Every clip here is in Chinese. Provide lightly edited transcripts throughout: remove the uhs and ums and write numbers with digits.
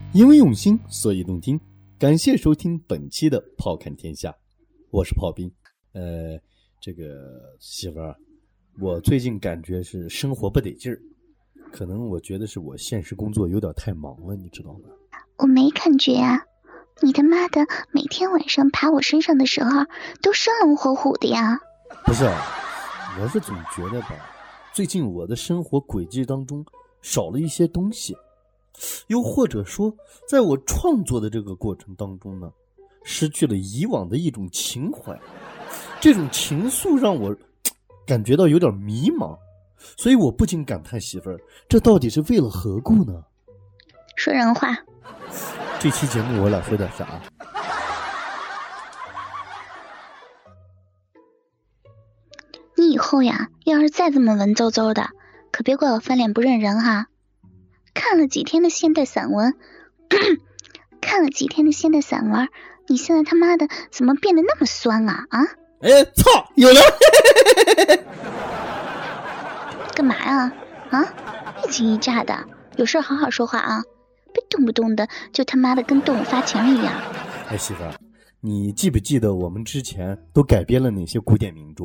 因为用心，所以动听。感谢收听本期的炮看天下，我是炮兵。媳妇儿，我最近感觉是生活不得劲儿，可能我觉得是我现实工作有点太忙了，你知道吗？ 我没感觉啊，你他妈的每天晚上爬我身上的时候都生龙活虎的呀。 不是，我是总觉得吧，最近我的生活轨迹当中少了一些东西，又或者说在我创作的这个过程当中呢，失去了以往的一种情怀，这种情愫让我感觉到有点迷茫，所以我不禁感叹，媳妇儿，这到底是为了何故呢？ 说人话。 这期节目我俩说点啥？ 你以后呀，要是再这么文绉绉的，可别怪我翻脸不认人哈。看了几天的现代散文，你现在他妈的怎么变得那么酸啊？啊？ 哎，操，有了！ 干嘛呀？啊？一惊一乍的，有事好好说话啊！别动不动的就他妈的跟动物发情一样。 哎，媳妇儿，你记不记得我们之前都改编了哪些古典名著？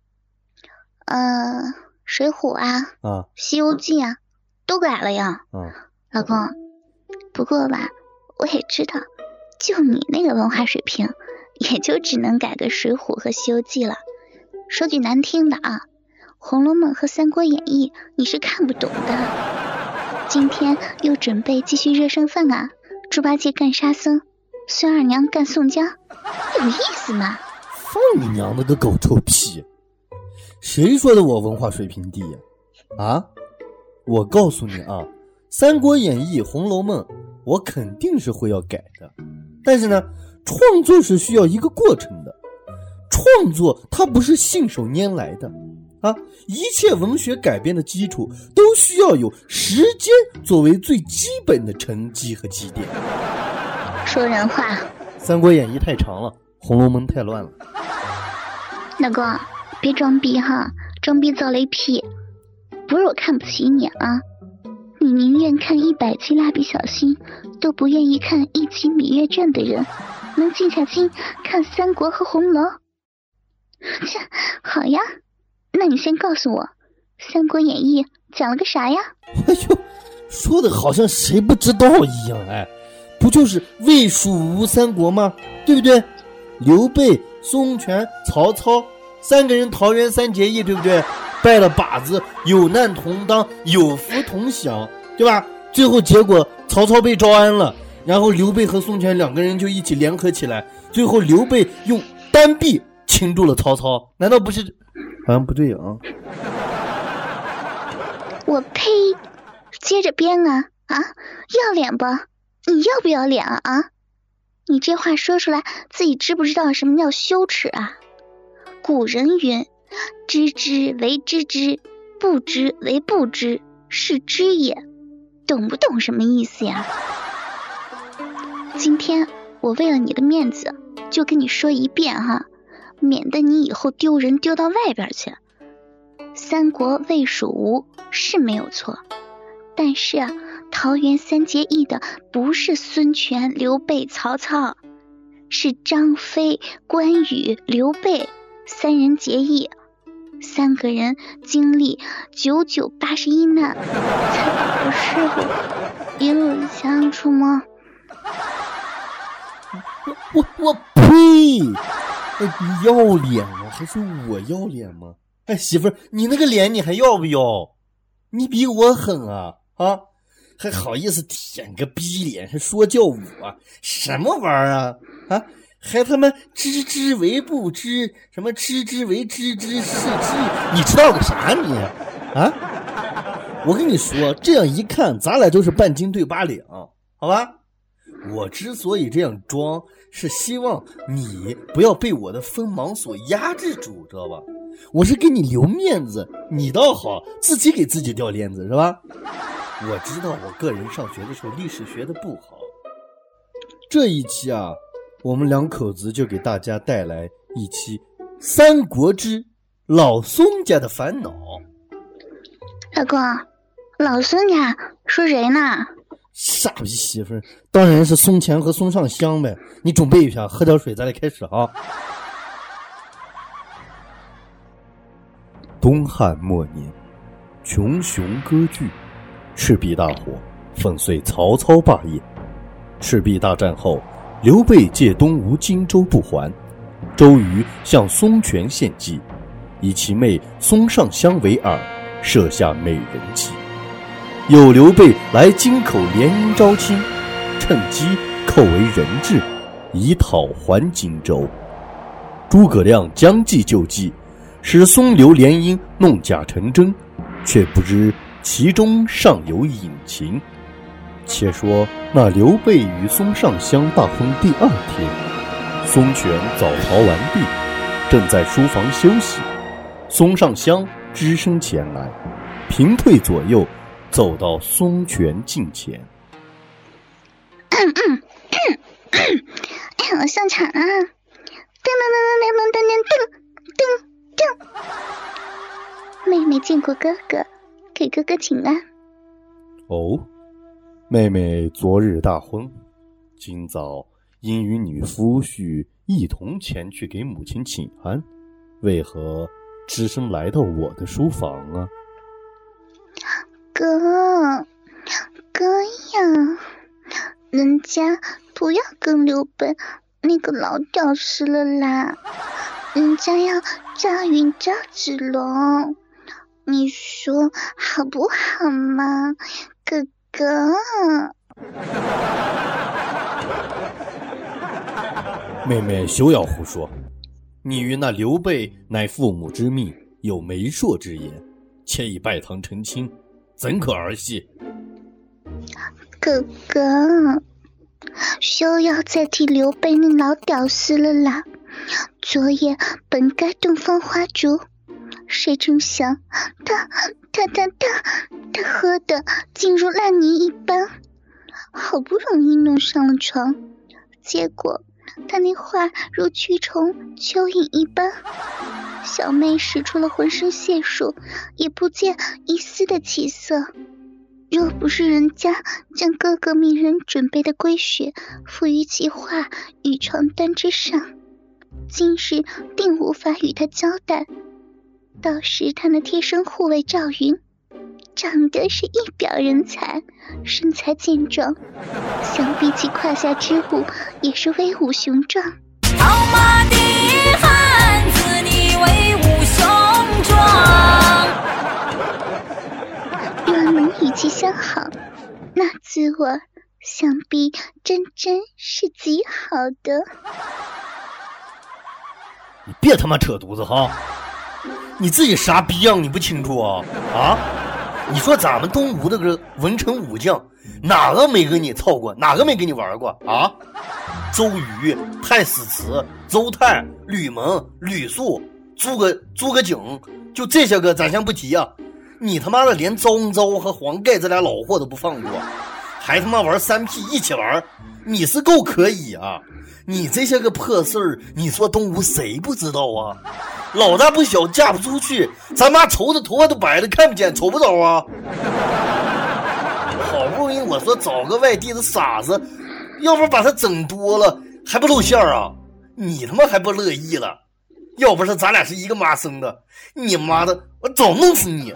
水浒啊，西游记啊，都改了呀。老公，不过吧，我也知道，就你那个文化水平，也就只能改个水浒和西游记了。说句难听的啊，红楼梦和三国演义你是看不懂的。今天又准备继续热剩饭啊，猪八戒干沙僧，孙二娘干宋江，有意思吗？ 放你娘的个狗臭屁！谁说的我文化水平低呀？啊，我告诉你啊，三国演义、红楼梦我肯定是会要改的，但是呢，创作是需要一个过程的，创作它不是信手拈来的啊！一切文学改编的基础都需要有时间作为最基本的沉积和积淀。 说人话。 三国演义太长了，红楼梦太乱了。 老公，别装逼哈，装逼造雷屁。不是我看不起你啊，你宁愿看100期蜡笔小新，都不愿意看1期芈月传的人，能静下心看三国和红楼？这好呀，那你先告诉我，三国演义讲了个啥呀？ 哎呦，说的好像谁不知道一样，哎，不就是魏蜀吴三国吗？对不对？刘备、孙权、曹操3个人桃园3结义，对不对？拜了把子，有难同当，有福同享，对吧？最后结果曹操被招安了，然后刘备和孙权2个人就一起联合起来，最后刘备用单臂擒住了曹操，难道不是？好像不对啊！ 我呸！接着编啊！要脸不？你要不要脸啊？你这话说出来，自己知不知道什么叫羞耻啊？古人云：知之为知之，不知为不知，是知也。懂不懂什么意思呀？今天我为了你的面子，就跟你说一遍哈，免得你以后丢人丢到外边去。三国魏蜀吴是没有错，但是桃园3结义的不是孙权、刘备、曹操，是张飞、关羽、刘备3人结义，3个人经历9981难，才把我师傅一路相处吗？ 我呸！你要脸吗？还是我要脸吗？哎，媳妇儿，你那个脸你还要不要？你比我狠啊！还好意思舔个逼脸，还说叫我什么玩意儿啊？还他妈知之为不知，什么知之为知之是知，你知道个啥你啊？我跟你说，这样一看，咱俩就是半斤对8两，好吧？我之所以这样装，是希望你不要被我的锋芒所压制住，知道吧？我是给你留面子，你倒好，自己给自己掉链子是吧？我知道我个人上学的时候历史学的不好，这一期我们2口子就给大家带来一期三国之老孙家的烦恼。 老公，老孙家说谁呢？ 傻逼媳妇儿，当然是宋乾和宋尚香呗。你准备一下，喝点水，咱来开始啊。东汉末年，穷雄割据，赤壁大火粉碎曹操霸业。赤壁大战后，刘备借东吴荆州不还，周瑜向孙权献计，以其妹孙尚香为饵，设下美人计。有刘备来京口联姻招亲，趁机扣为人质，以讨还荆州。诸葛亮将计就计，使孙刘联姻弄假成真，却不知其中尚有隐情。且说那刘备与孙尚香大婚第2天，孙权早逃完毕，正在书房休息，孙尚香只身前来，平退左右，走到孙权近前。 哎呀，我上场啊！噔，妹妹见过哥哥，给哥哥请安。 哦，妹妹昨日大婚，今早因与你夫婿一同前去给母亲请安，为何只身来到我的书房啊？ 哥呀，人家不要跟刘备那个老屌丝了啦，人家要赵云赵子龙，你说好不好嘛，哥哥？ 妹妹休要胡说，你与那刘备乃父母之命，有媒妁之言，且已拜堂成亲，怎可儿戏？ 哥哥，休要再提刘备那老屌丝了啦！昨夜本该洞房花烛，谁成想他喝的竟如烂泥一般，好不容易弄上了床，结果他那话如蛆虫蚯蚓一般，小妹使出了浑身解数，也不见一丝的起色。若不是人家将哥哥命人准备的归血附于其画与床单之上，今日定无法与他交代。到时他那贴身护卫赵云，长得是一表人才，身材健壮，想必其胯下之物也是威武雄壮。 好马的汉子，你威武雄壮。 若能与其相好，那滋味想必真是极好的。 你别他妈扯犊子哈！你自己啥逼样你不清楚啊？啊！你说咱们东吴这个文臣武将，哪个没跟你凑过，哪个没跟你玩过啊？周瑜、太史慈、周泰、吕蒙、吕肃、诸葛瑾，就这些个咱先不提啊。你他妈的连赵恩昭和黄盖这俩老货都不放过，还他妈玩3P 一起玩，你是够可以啊！你这些个破事儿，你说东吴谁不知道啊？老大不小嫁不出去，咱妈愁的头发都白了看不见，瞅不着啊！好不容易我说找个外地的傻子，要不把他整多了还不露馅啊？你他妈还不乐意了？要不是咱俩是一个妈生的，你妈的我早弄死你！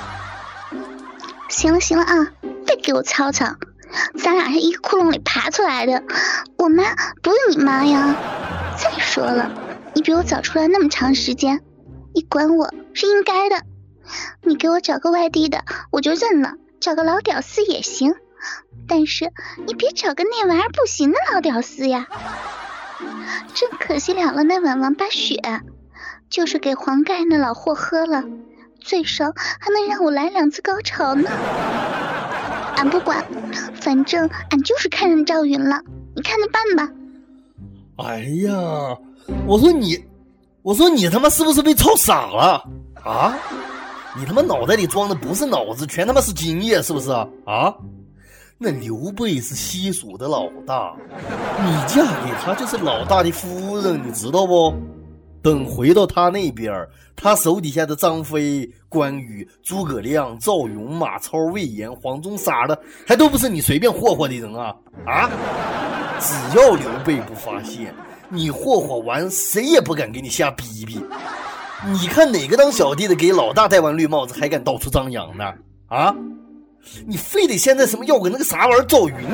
行了啊，别给我吵吵，咱俩是一个窟窿里爬出来的，我妈不是你妈呀。再说了，你比我早出来那么长时间，你管我是应该的。你给我找个外地的我就认了，找个老屌丝也行，但是你别找个那玩意儿不行的老屌丝呀。真可惜了那碗王八血，就是给黄盖那老货喝了，最少还能让我来2次高潮呢。俺不管，反正俺就是看上赵云了，你看着办吧。 哎呀，我说你他妈是不是被操傻了啊？你他妈脑袋里装的不是脑子，全他妈是精液，是不是啊？那刘备是西蜀的老大，你嫁给他就是老大的夫人，你知道不？ 等回到他那边，他手底下的张飞、关羽、诸葛亮、赵勇、马超、魏延、黄忠啥的，还都不是你随便霍霍的人啊！啊！只要刘备不发现，你霍霍完，谁也不敢给你瞎逼逼。你看哪个当小弟的给老大戴完绿帽子，还敢到处张扬呢？啊！你非得现在什么要个那个啥玩意儿赵云？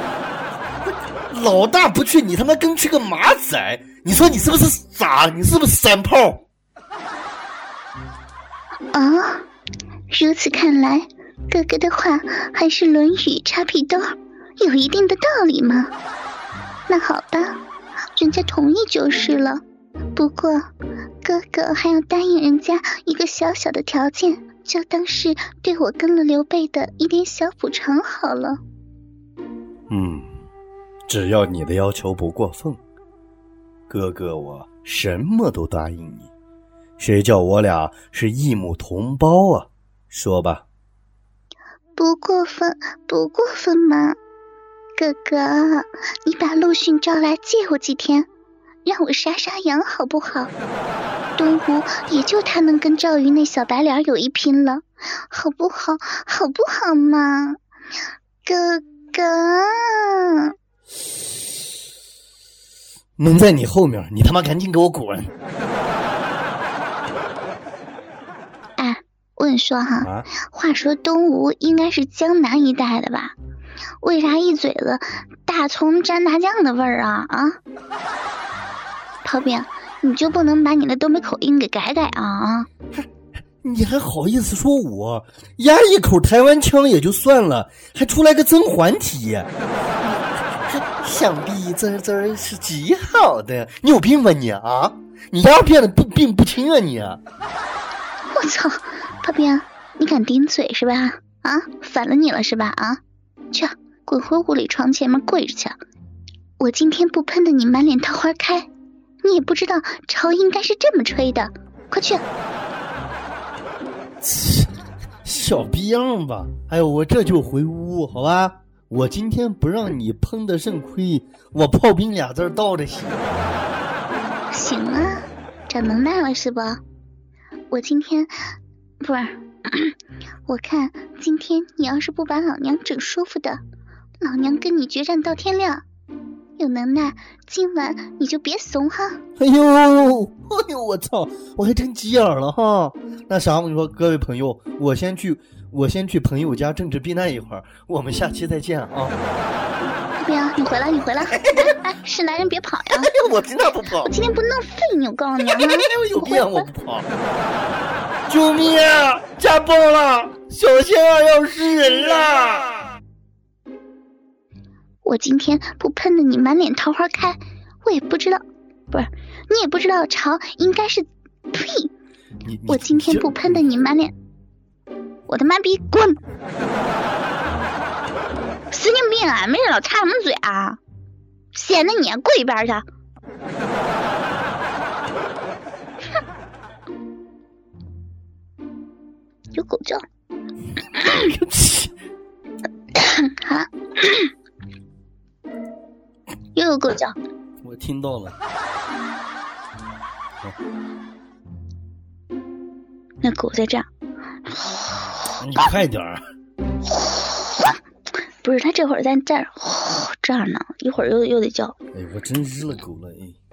老大不去，你他妈跟去个马仔，你说你是不是傻？你是不是山炮？ 啊，如此看来，哥哥的话还是《论语》插屁兜，有一定的道理嘛。那好吧，人家同意就是了。不过，哥哥还要答应人家一个小小的条件，就当是对我跟了刘备的一点小补偿好了。 只要你的要求不过分，哥哥我什么都答应你。谁叫我俩是一母同胞啊？说吧。 不过分，不过分嘛。哥哥，你把陆逊招来借我几天，让我杀杀羊好不好？东吴也就他能跟赵云那小白脸有一拼了，好不好？好不好嘛？哥哥， 能在你后面，你他妈赶紧给我滚！ 哎，我跟你说哈，话说东吴应该是江南一带的吧？为啥一嘴子大葱蘸大酱的味儿啊？啊，炮兵，你就不能把你的东北口音给改改啊？ 你还好意思说我压一口台湾腔也就算了，还出来个甄嬛体，想必这是极好的。你有病吧你啊？你鸦片的病不轻啊你啊！ 我操，炮兵，你敢顶嘴是吧？啊，反了你了是吧？啊，去滚回屋里床前面跪着去！我今天不喷的你满脸桃花开，你也不知道潮应该是这么吹的，快去！ 小逼样吧！哎呦，我这就回屋，好吧？我今天不让你喷得肾亏，我炮兵俩字倒着写。 行啊，长能耐了是吧？我今天不是，我看今天你要是不把老娘整舒服的，老娘跟你决战到天亮。有能耐，今晚你就别怂哈！ 哎呦，我操，我还真急眼了哈！那啥，我跟你说，各位朋友，我先去朋友家政治避难一会儿，我们下期再见啊！ 不要，你回来！哎，是男人别跑呀！ 我今天不跑， 我今天不弄废你，我告诉你啊！ 我有病，我不跑！救命啊！家暴了，小仙儿要吃人了！ 我今天不喷的你满脸桃花开，我也不知道，不是你也不知道潮应该是呸！我今天不喷的你满脸，我他妈逼滚！神经病啊！没事老插什么嘴啊？闲的你跪一边去！有狗叫。好。又有狗叫， 我听到了。 那狗在这儿， 你快点儿。 不是，它这会儿在这儿，这儿呢，一会儿又得叫。 哎，我真日了狗了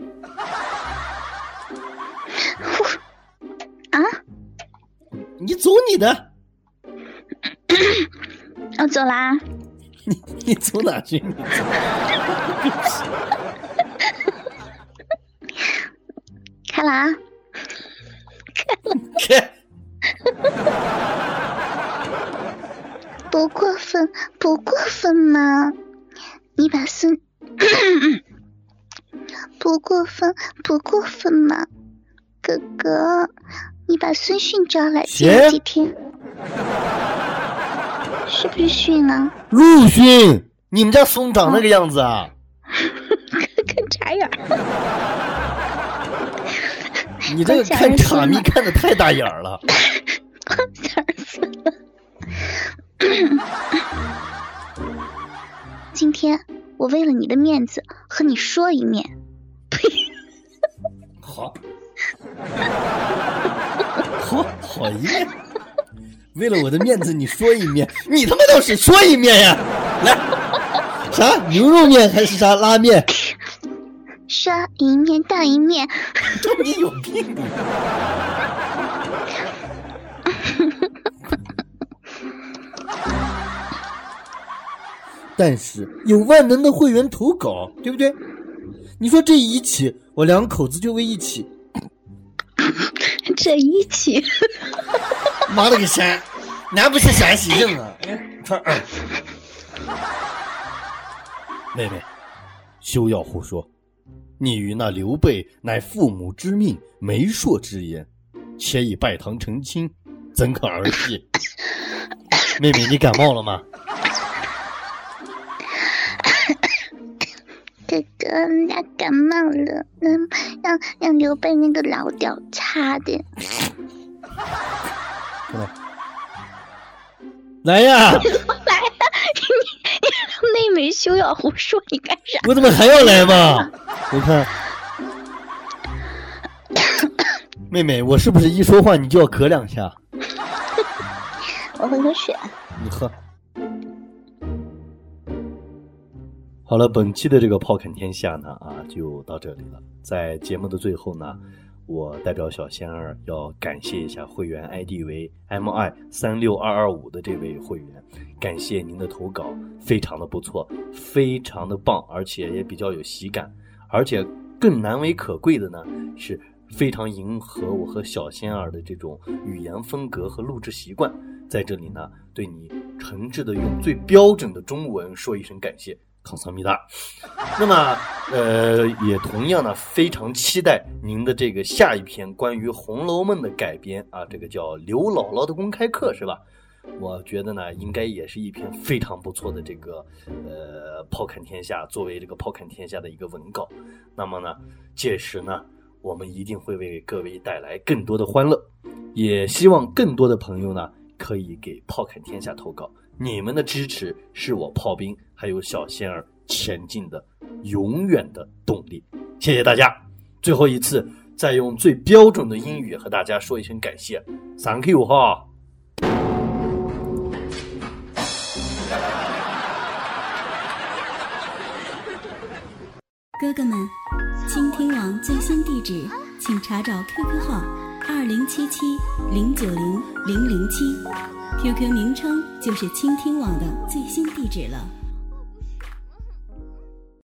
哎！ 啊！ 你走你的。 我走啦。 你走哪去？你走开了啊！ 开！ 不过分嘛！你把孙不过分嘛！哥哥，你把孙训招来借几天？是不是训啊？ 陆训，你们家孙长那个样子啊？ 看茶眼儿。 你这个看茶迷看得太大眼了。 今天我为了你的面子和你说一面。 好， 好一面。为了我的面子，你说一面，你他妈倒是说一面呀！来，啥牛肉面还是啥拉面？ 说一面当一面。 你有病！但是有万能的会员投稿，对不对？你说这一起，我两口子就为一起。 这一起， 妈了个山，那不是陕西人啊！妹妹，休要胡说！你与那刘备乃父母之命，媒妁之言，且已拜堂成亲，怎可儿戏？妹妹，你感冒了吗？ 哥哥，他感冒了，让刘备那个老屌擦的。 来呀！ 来呀！你妹妹休要胡说，你干啥？ 我怎么还要来嘛？我看，妹妹，我是不是一说话你就要咳两下？ 我喝口水。 你喝。好了，本期的这个炮侃天下呢就到这里了。在节目的最后呢，我代表小仙儿要感谢一下会员 ID 为 MI36225 的这位会员，感谢您的投稿，非常的不错，非常的棒，而且也比较有喜感，而且更难为可贵的呢是非常迎合我和小仙儿的这种语言风格和录制习惯，在这里呢对你诚挚的用最标准的中文说一声感谢。康桑米达。那么也同样呢非常期待您的这个下一篇关于《红楼梦》的改编这个叫刘姥姥的公开课是吧？我觉得呢应该也是一篇非常不错的这个炮侃天下，作为这个炮侃天下的一个文稿。那么呢届时呢我们一定会为各位带来更多的欢乐，也希望更多的朋友呢可以给炮侃天下投稿，你们的支持是我炮兵还有小仙儿前进的永远的动力，谢谢大家。最后一次再用最标准的英语和大家说一声感谢 Thank you 哈。 哥哥们，倾听网最新地址请查找 QQ 号2077090007，QQ 名称就是倾听网的最新地址了。